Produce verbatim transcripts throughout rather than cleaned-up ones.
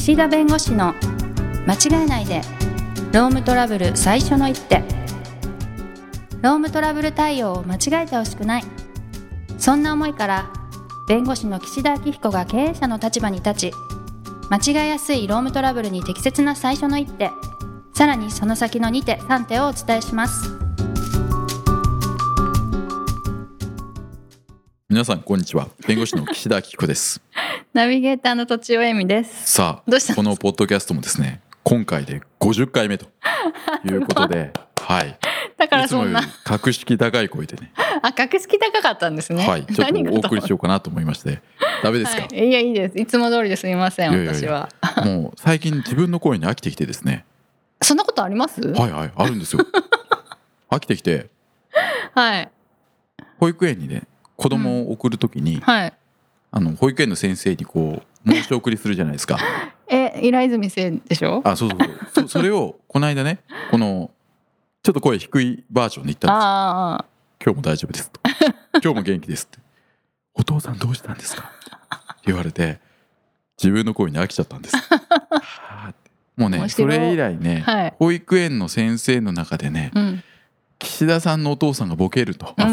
岸田弁護士の間違えないでロームトラブル最初の一手。ロームトラブル対応を間違えてほしくない、そんな思いから弁護士の岸田明彦が経営者の立場に立ち、間違えやすいロームトラブルに適切な最初の一手、さらにその先のに手さん手をお伝えします。 皆さんこんにちは、弁護士の岸田明彦ですナビゲーターのとちおえみです。 さあ、このポッドキャストもですね、今回でごじゅっかいめということではい、 だからそんないつもより格式高い声でねあ、格式高かったんですね。 はい、ちょっとお送りしようかなと思いまして。ダメですか？ はい、いやいいです、いつも通りですみません。いやいやいや、 私はもう最近自分の声に飽きてきてですね。 そんなことあります？ はいはい、あるんですよ飽きてきて、 はい、 保育園にね子供を送るときに、うん、はい、あの保育園の先生にこう申し送りするじゃないですかえ、平泉先生でしょ？ あ、そうそうそう そ, それをこの間ね、このちょっと声低いバージョンで言ったんですよ。あ、今日も大丈夫ですと今日も元気ですってお父さんどうしたんですかって言われて、自分の声に飽きちゃったんですもうね、それ以来ね、はい、保育園の先生の中でね、うん、岸田さんのお父さんがボケると、うん、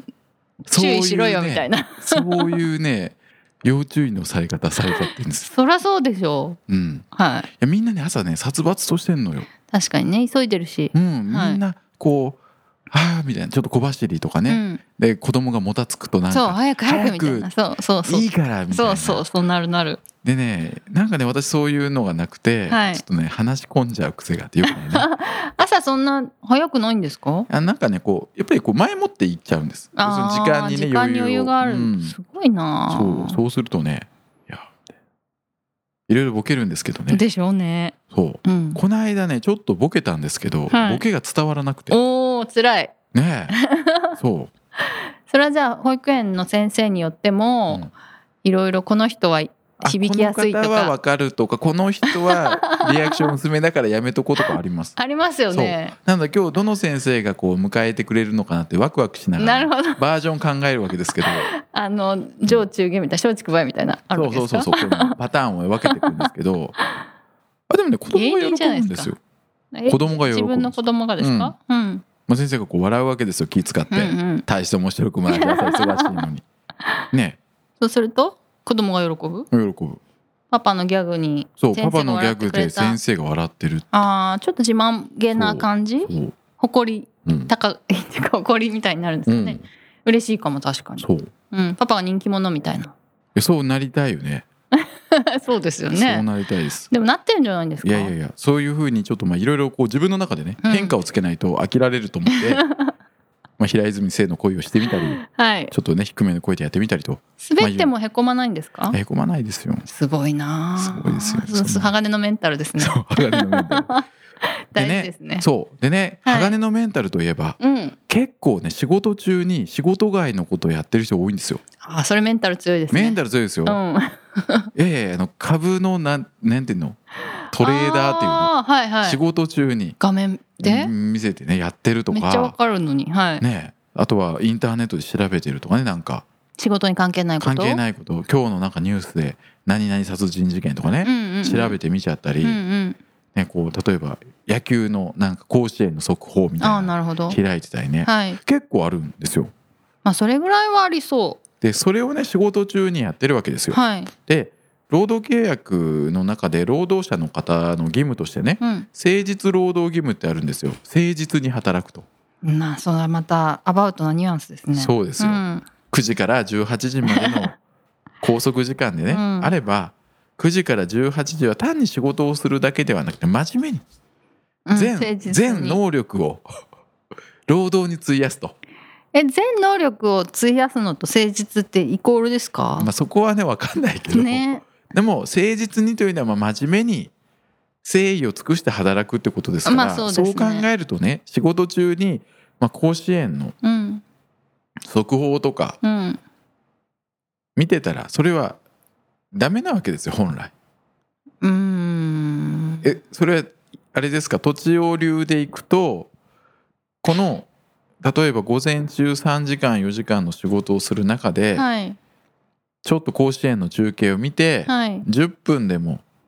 そういうね、注意しろよみたいなそういうね要注意のされ方されちゃってるんですそりゃそうでしょう、うん、はい、いやみんなね朝ね殺伐としてんのよ。 確かにね、急いでるし、 うん、みんなこう、はい、あーみたいな、ちょっと小走りとかね、うん、で子供がもたつくとなんかそう早く早くみたいな、そうそうそういいからみたいな、 そうそうそうなるなるでね、なんかね私そういうのがなくて、はい、ちょっとね話し込んじゃう癖があってよくないね朝そんな早くないんですか？ あ、なんかねこうやっぱりこう前もって行っちゃうんです。 あ、 時間にね、 時間に余裕がある、うん、すごいな。 そうそうするとね、いやいろいろボケるんですけどね。 でしょうね。 そう、うん、この間ねちょっとボケたんですけど、はい、ボケが伝わらなくて、 おー辛いねえそうそれはじゃあ保育園の先生によってもいろいろこの人は響きやすいとか、 この方は分かるとか、この人はリアクション薄めだからやめとこうとかありますありますよね。 なんだ今日どの先生がこう迎えてくれるのかなってワクワクしながらバージョン考えるわけですけどあの上中下みたいな松竹梅みたいなあるわけですか？ そうそうそうそう、パターンを分けていくんですけどあ、でもね子供が喜ぶんですよ。子供が喜ぶ、自分の子供がですか？うん、うん、 まあ、先生がこう笑うわけですよ、気使って、うんうん、大して面白くもない朝忙しいのにね。 そうすると子供が喜ぶ？ 喜ぶ。 パパのギャグにそうパパのギャグで先生が笑ってる。 ああ、ちょっと自慢げな感じ、誇り、うん、高い誇りみたいになるんですかね、うん、嬉しいかも。確かにそう、うん、パパが人気者みたいな。 そうなりたいよねそうですよね。 そうなりたいです。 でもなってるんじゃないんですか？ いやいやいや、そういう風にちょっとまあいろいろこう自分の中でね、うん、変化をつけないと飽きられると思ってまあ平泉聖の恋をしてみたり、はい、ちょっとね低めの声でやってみたりと。 滑ってもへこまないんですか？ へこまないですよ。 すごいな。 すごいですよ。 鋼のメンタルですね。 そう鋼のメンタル大事ですね。 そうでね、はい、鋼のメンタルといえば、うん、結構ね仕事中に仕事外のことをやってる人多いんですよ。 あ、それメンタル強いですね。 メンタル強いですよ、うん、ええ、あの株のなんなんていうのトレーダーっていうの、はいはい、仕事中に画面で見せてねやってるとか、 めっちゃわかるのに、はい、ね、 あとはインターネットで調べてるとかね、なんか仕事に関係ないこと関係ないこと、今日のなんかニュースで何々殺人事件とかね、うんうんうん、調べてみちゃったり、うんうんね、こう例えば野球のなんか甲子園の速報みたいなの開いてたりね、はい、結構あるんですよ。 まあそれぐらいはありそう。 でそれをね仕事中にやってるわけですよ、はい、で労働契約の中で労働者の方の義務としてね、うん、誠実労働義務ってあるんですよ。誠実に働くと。 まあそれはまたアバウトなニュアンスですね。 そうですよ、うん、くじからじゅうはちじまでの拘束時間でね、うん、あればくじからじゅうはちじは単に仕事をするだけではなくて真面目に全、うん、全能力を労働に費やすと。 え、全能力を費やすのと誠実ってイコールですか？ まあ、そこはね分かんないけど、ね、でも誠実にというのはまあ真面目に誠意を尽くして働くってことですから、まあ そうですね、そう考えるとね仕事中にまあ甲子園の速報とか見てたらそれはダメなわけですよ本来。 うーん、 え、それはあれですか、栃尾流でいくとこの例えば午前中さんじかんよじかんの仕事をする中で、はい、ちょっと甲子園の中継を見て、はい、じゅっぷんでも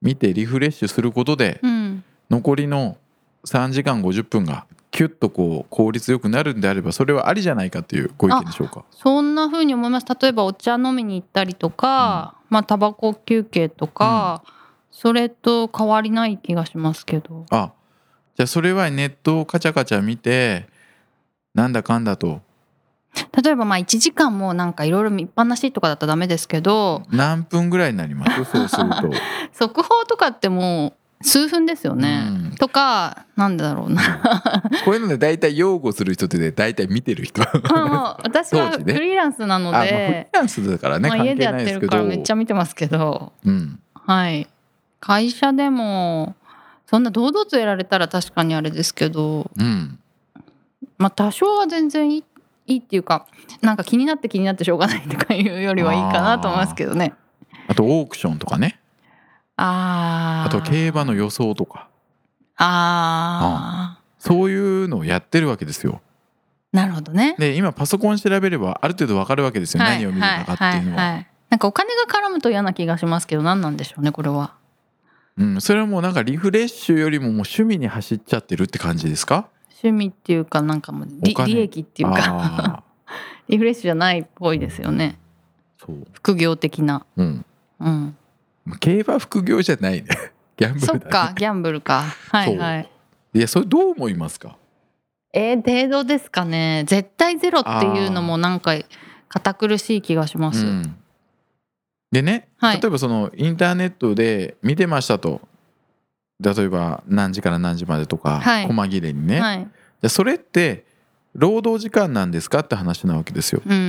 見てリフレッシュすることで、 うん、 残りのさんじかんごじゅっぷんがキュッとこう効率よくなるんであればそれはありじゃないかっていうご意見でしょうか。 そんな風に思います。例えばお茶飲みに行ったりとか、うん、まあタバコ休憩とか、うん、それと変わりない気がしますけど。 あ、じゃあそれはネットをカチャカチャ見てなんだかんだと、 例えばまあいちじかんもなんかいろいろ見っぱなしとかだったらダメですけど、 何分ぐらいになりますそうすると速報とかってもう数分ですよね、うん、とかなんだろうなこういうので大体擁護する人って大体見てる人あ私はフリーランスなので、ね、 あ、まあ、フリーランスだからね、まあ、関係ないですけど、家でやってるからめっちゃ見てますけど、うん、はい、会社でもそんな堂々とやられたら確かにあれですけど、うん、まあ多少は全然いいいいっていうか、なんか気になって気になってしょうがないとかいうよりはいいかなと思いますけどね。あとオークションとかね、 ああと競馬の予想とか、 ああ、 そういうのをやってるわけですよ。 なるほどね。 で今パソコン調べればある程度わかるわけですよ、はい、何を見るのかっていうのは、はいはいはい、 なんかお金が絡むと嫌な気がしますけど何なんでしょうねこれは。 うん、それはもうなんかリフレッシュよりももう趣味に走っちゃってるって感じですか。 趣味っていうかなんかもう利益っていうかリフレッシュじゃないっぽいですよね。そう副業的な、うんうん、 競馬副業じゃないねギャンブルだね。 そっかギャンブルか、はいはい。 いやそれどう思いますか。 えー、程度ですかね。絶対ゼロっていうのもなんか堅苦しい気がします、うん、 でね、はい、例えばそのインターネットで見てましたと、例えば何時から何時までとか、はい、細切れにね、はい、じゃそれって労働時間なんですかって話なわけですよ、うん、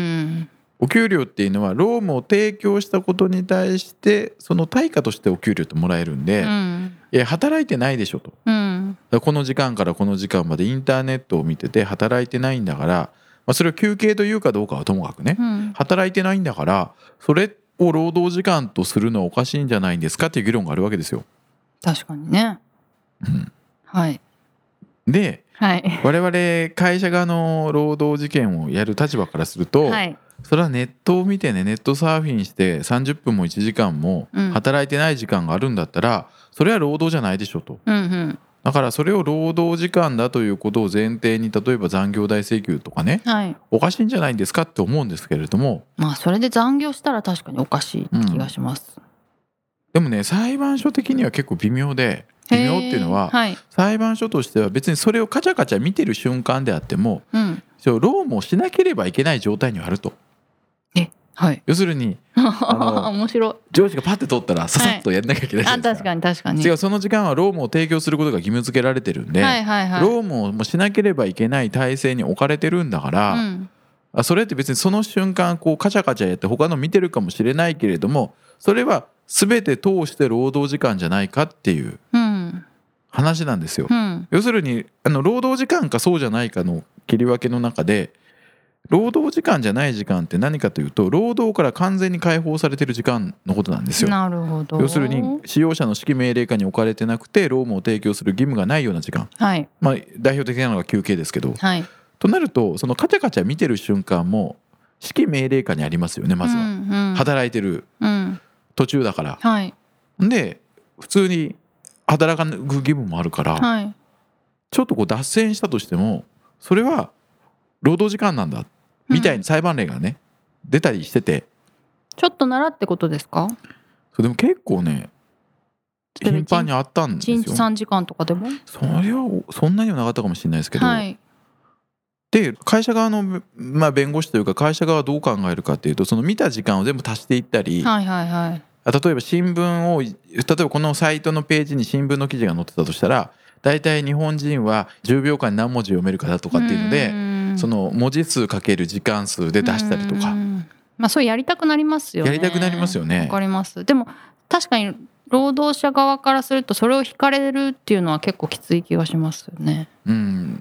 お給料っていうのは労務を提供したことに対してその対価としてお給料ってもらえるんで、うん、いや働いてないでしょと、うん、だこの時間からこの時間までインターネットを見てて働いてないんだから、まあ、それを休憩というかどうかはともかくね、うん、働いてないんだからそれを労働時間とするのはおかしいんじゃないんですかっていう議論があるわけですよ。 確かにね、うん、はいで、 はい、 我々会社側の労働事件をやる立場からすると、はい、それはネットを見てねネットサーフィンしてさんじゅっぷんもいちじかんも働いてない時間があるんだったら、うん、それは労働じゃないでしょと、うんうん、だからそれを労働時間だということを前提に例えば残業代請求とかね、はい、おかしいんじゃないんですかって思うんですけれども、 まあそれで残業したら確かにおかしい気がします、うん、 でもね裁判所的には結構微妙で、微妙っていうのは、はい、裁判所としては別にそれをカチャカチャ見てる瞬間であっても、うん、労務をしなければいけない状態にはあると。 え、はい、 要するにあの面白い上司がパッて取ったらささっとやんなきゃいけないじゃないですか、 はい、あ確かに確かに。 違う、その時間は労務を提供することが義務付けられてるんで、はいはいはい、労務をもしなければいけない体制に置かれてるんだから、うん、それって別にその瞬間こうカチャカチャやって他の見てるかもしれないけれどもそれは全て通して労働時間じゃないかっていう話なんですよ、うん、要するにあの労働時間かそうじゃないかの切り分けの中で労働時間じゃない時間って何かというと労働から完全に解放されてる時間のことなんですよ。 なるほど。 要するに使用者の指揮命令下に置かれてなくて労務を提供する義務がないような時間、はい、まあ、代表的なのが休憩ですけど、はい、となるとそのカチャカチャ見てる瞬間も指揮命令下にありますよね。まずは、うんうん、働いてる途中だから、はい、で普通に働かぬ義務もあるから、はい、ちょっとこう脱線したとしてもそれは労働時間なんだみたいに裁判例がね、うん、出たりしてて、 ちょっとならってことですか。 そうでも結構ね頻繁にあったんですよ。いちにちさんじかんとかでもそれはそんなにはなかったかもしれないですけど、はい、で会社側の、まあ、弁護士というか会社側はどう考えるかっていうとその見た時間を全部足していったり、はいはいはい、例えば新聞を例えばこのサイトのページに新聞の記事が載ってたとしたらだいたい日本人はじゅうびょうかんに何文字読めるかだとかっていうのでその文字数かける時間数で出したりとか、 まあ、そうやりたくなりますよね。 やりたくなりますよね。 わかります。でも確かに労働者側からするとそれを引かれるっていうのは結構きつい気がしますよね。 うん、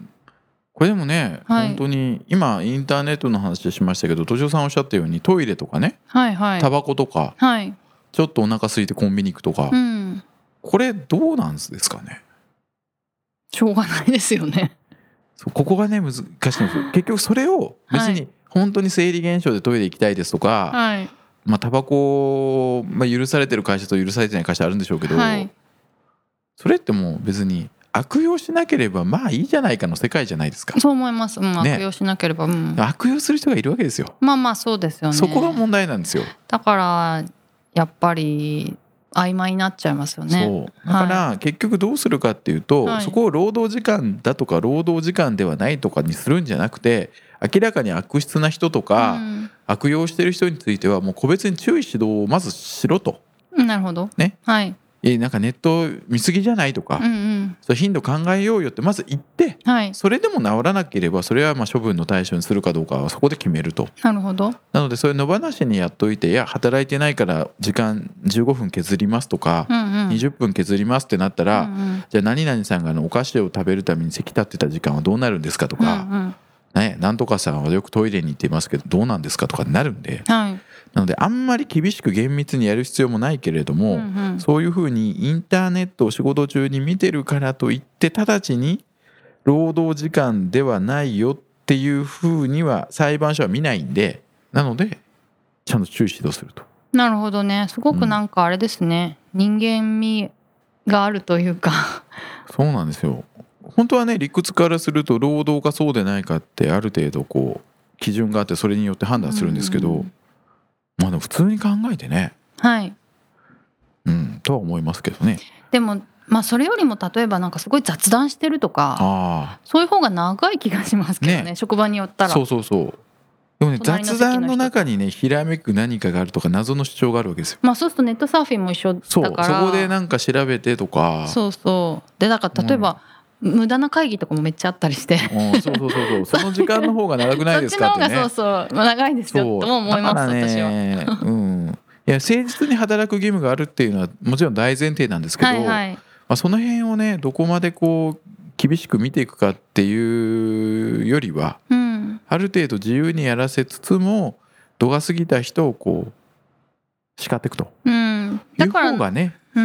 これでもね、はい、本当に今インターネットの話しましたけど敏夫さんおっしゃったようにトイレとかね、はいはい、タバコとか、はい、ちょっとお腹空いてコンビニ行くとか、うん、これどうなんですかね。 しょうがないですよね。 ここがね難しいんですよ。結局それを別に本当に生理現象でトイレ行きたいですとか、はい、 まあタバコ、まあ、許されてる会社と許されてない会社あるんでしょうけど、 はい、 それってもう別に悪用しなければまあいいじゃないかの世界じゃないですか。 そう思います、うん、 ね、 悪用しなければ、うん、 悪用する人がいるわけですよ。 まあまあそうですよね。 そこが問題なんですよ。 だからやっぱり曖昧になっちゃいますよね。 そうだから結局どうするかっていうと、はい、そこを労働時間だとか労働時間ではないとかにするんじゃなくて、明らかに悪質な人とか、うん、悪用してる人についてはもう個別に注意指導をまずしろと。 なるほどね、 はい、 えなんかネット見過ぎじゃないとか、うんうん、それ頻度考えようよってまず言って、はい、それでも治らなければそれはまあ処分の対象にするかどうかはそこで決めると。 なるほど。 なのでそれ野放しにやっといて、いや働いてないから時間じゅうごふん削りますとか、うんうん、にじゅっぷん削りますってなったら、うんうん、じゃあ何々さんがあのお菓子を食べるために席立ってた時間はどうなるんですかとか、うんうんね、なんとかさんはよくトイレに行っていますけどどうなんですかとかになるんで、はい、なのであんまり厳しく厳密にやる必要もないけれども、うんうん、そういうふうにインターネットを仕事中に見てるからといって直ちに労働時間ではないよっていうふうには裁判所は見ないんで、なのでちゃんと注意指導すると。 なるほどね。すごくなんかあれですね、うん、人間味があるというかそうなんですよ。本当はね理屈からすると労働かそうでないかってある程度こう基準があってそれによって判断するんですけど、うん、まあでも普通に考えてね、はい、うんとは思いますけどね。 でもまあそれよりも例えばなんかすごい雑談してるとか、あそういう方が長い気がしますけど ね, ね職場によったら。 そうそうそう。でもね雑談の中にねひらめく何かがあるとか謎の主張があるわけですよ。 まあそうするとネットサーフィンも一緒だから、 そうそこでなんか調べてとか、 そうそうでだから例えば、うん、無駄な会議とかもめっちゃあったりしてそうそうそうそうその時間の方が長くないですかってね。 そっちの方がそうそう長いですよとも思います、ね、私は、 うん、いや誠実に働く義務があるっていうのはもちろん大前提なんですけど、はいはい、まあ、その辺をねどこまでこう厳しく見ていくかっていうよりは、うん、ある程度自由にやらせつつも度が過ぎた人をこう叱っていくと、うん、だからいう方がね、うんうん、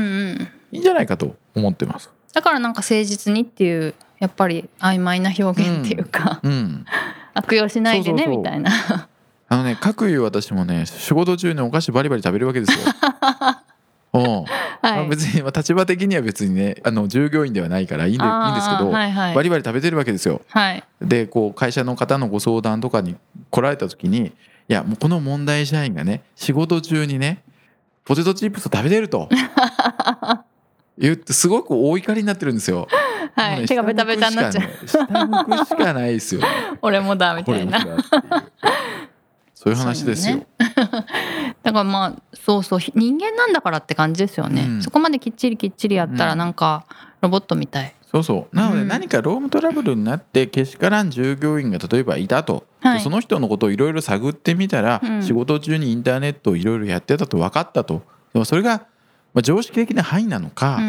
いいんじゃないかと思ってます。 だからなんか誠実にっていうやっぱり曖昧な表現っていうか、うんうん、悪用しないでねそうそうそうみたいなあのね各有私もね仕事中にお菓子バリバリ食べるわけですようんはいまあ、別に立場的には別にねあの従業員ではないからいいんで、いいんですけど、はいはい、バリバリ食べてるわけですよ、はい、でこう会社の方のご相談とかに来られた時にいやもうこの問題社員がね仕事中にねポテトチップスを食べてると言ってすごくお怒りになってるんですよ、 はい、ね、手がベタベタになっちゃう下向くしかないですよ、ね、 俺もだみたいなそういう話ですよ、ね、 だからまあそうそう人間なんだからって感じですよね、うん、そこまできっちりきっちりやったらなんかロボットみたい、うん、 そうそうなので何か労務トラブルになってけしからん従業員が例えばいたと、はい、その人のことをいろいろ探ってみたら、うん、仕事中にインターネットをいろいろやってたと分かったと。でもそれが常識的な範囲なのか、うん、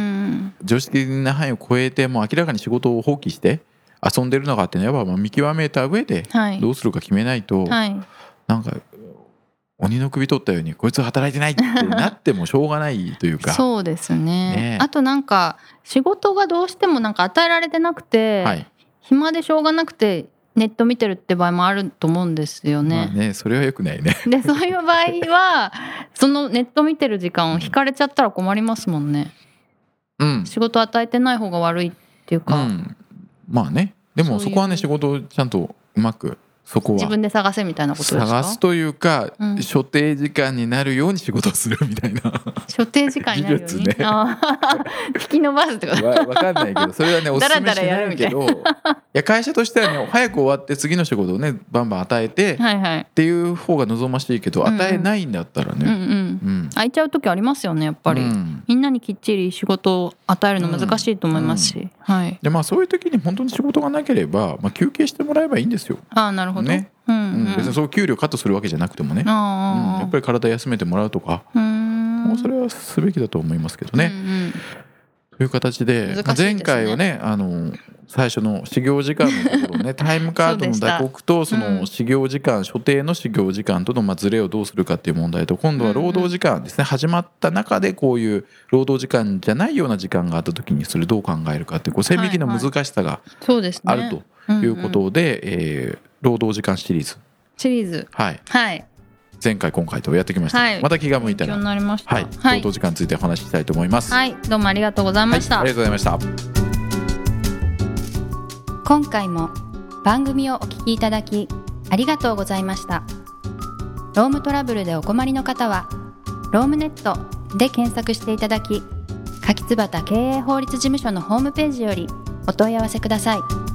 常識的な範囲を超えてもう明らかに仕事を放棄して遊んでるのかっていうのはやっぱ見極めた上でどうするか決めないと、はいはい、なんか鬼の首取ったようにこいつ働いてないってなってもしょうがないというかそうです ね, ねあとなんか仕事がどうしてもなんか与えられてなくて、はい、暇でしょうがなくてネット見てるって場合もあると思うんですよね。 まあねそれは良くないねでそういう場合はそのネット見てる時間を引かれちゃったら困りますもんね、うん、仕事与えてない方が悪いっていうか、うん、まあねでもそこはね仕事をちゃんとうまくそこは自分で探せみたいなことですか。 探すというか、うん、所定時間になるように仕事をするみたいな所定時間になるように、ね、引き伸ばすってことわかんないけどそれはねおすすめしないけどいや会社としてはね早く終わって次の仕事をねバンバン与えて、はいはい、っていう方が望ましいけど、うんうん、与えないんだったらね、うんうんうん、 空いちゃう時ありますよねやっぱり、うん、みんなにきっちり仕事を与えるの難しいと思いますし、うんうんはいでまあ、そういう時に本当に仕事がなければ、まあ、休憩してもらえばいいんですよ。 あなるほどねうんうん、 別にそう給料カットするわけじゃなくてもね、うん、やっぱり体休めてもらうとかもうそれはすべきだと思いますけどね、うんうん、という形 で, で、ね、前回はねあの最初の始業時間のところねタイムカードの打刻とその始業時間、うん、所定の始業時間とのまあズレをどうするかっていう問題と今度は労働時間ですね、うんうん、始まった中でこういう労働時間じゃないような時間があった時にそれどう考えるかっていうこう線引きの難しさがあるということで、えー労働時間シリーズシリーズはい、 はい、 前回今回とやってきました、はい、また気が向いたら勉強になりました、 はい、はい、同等時間についてお話ししたいと思います。 はい、どうもありがとうございました、 はい、ありがとうございました。 今回も番組をお聞きいただきありがとうございました。ロームトラブルでお困りの方はロームネットで検索していただき、柿椿経営法律事務所のホームページよりお問い合わせください。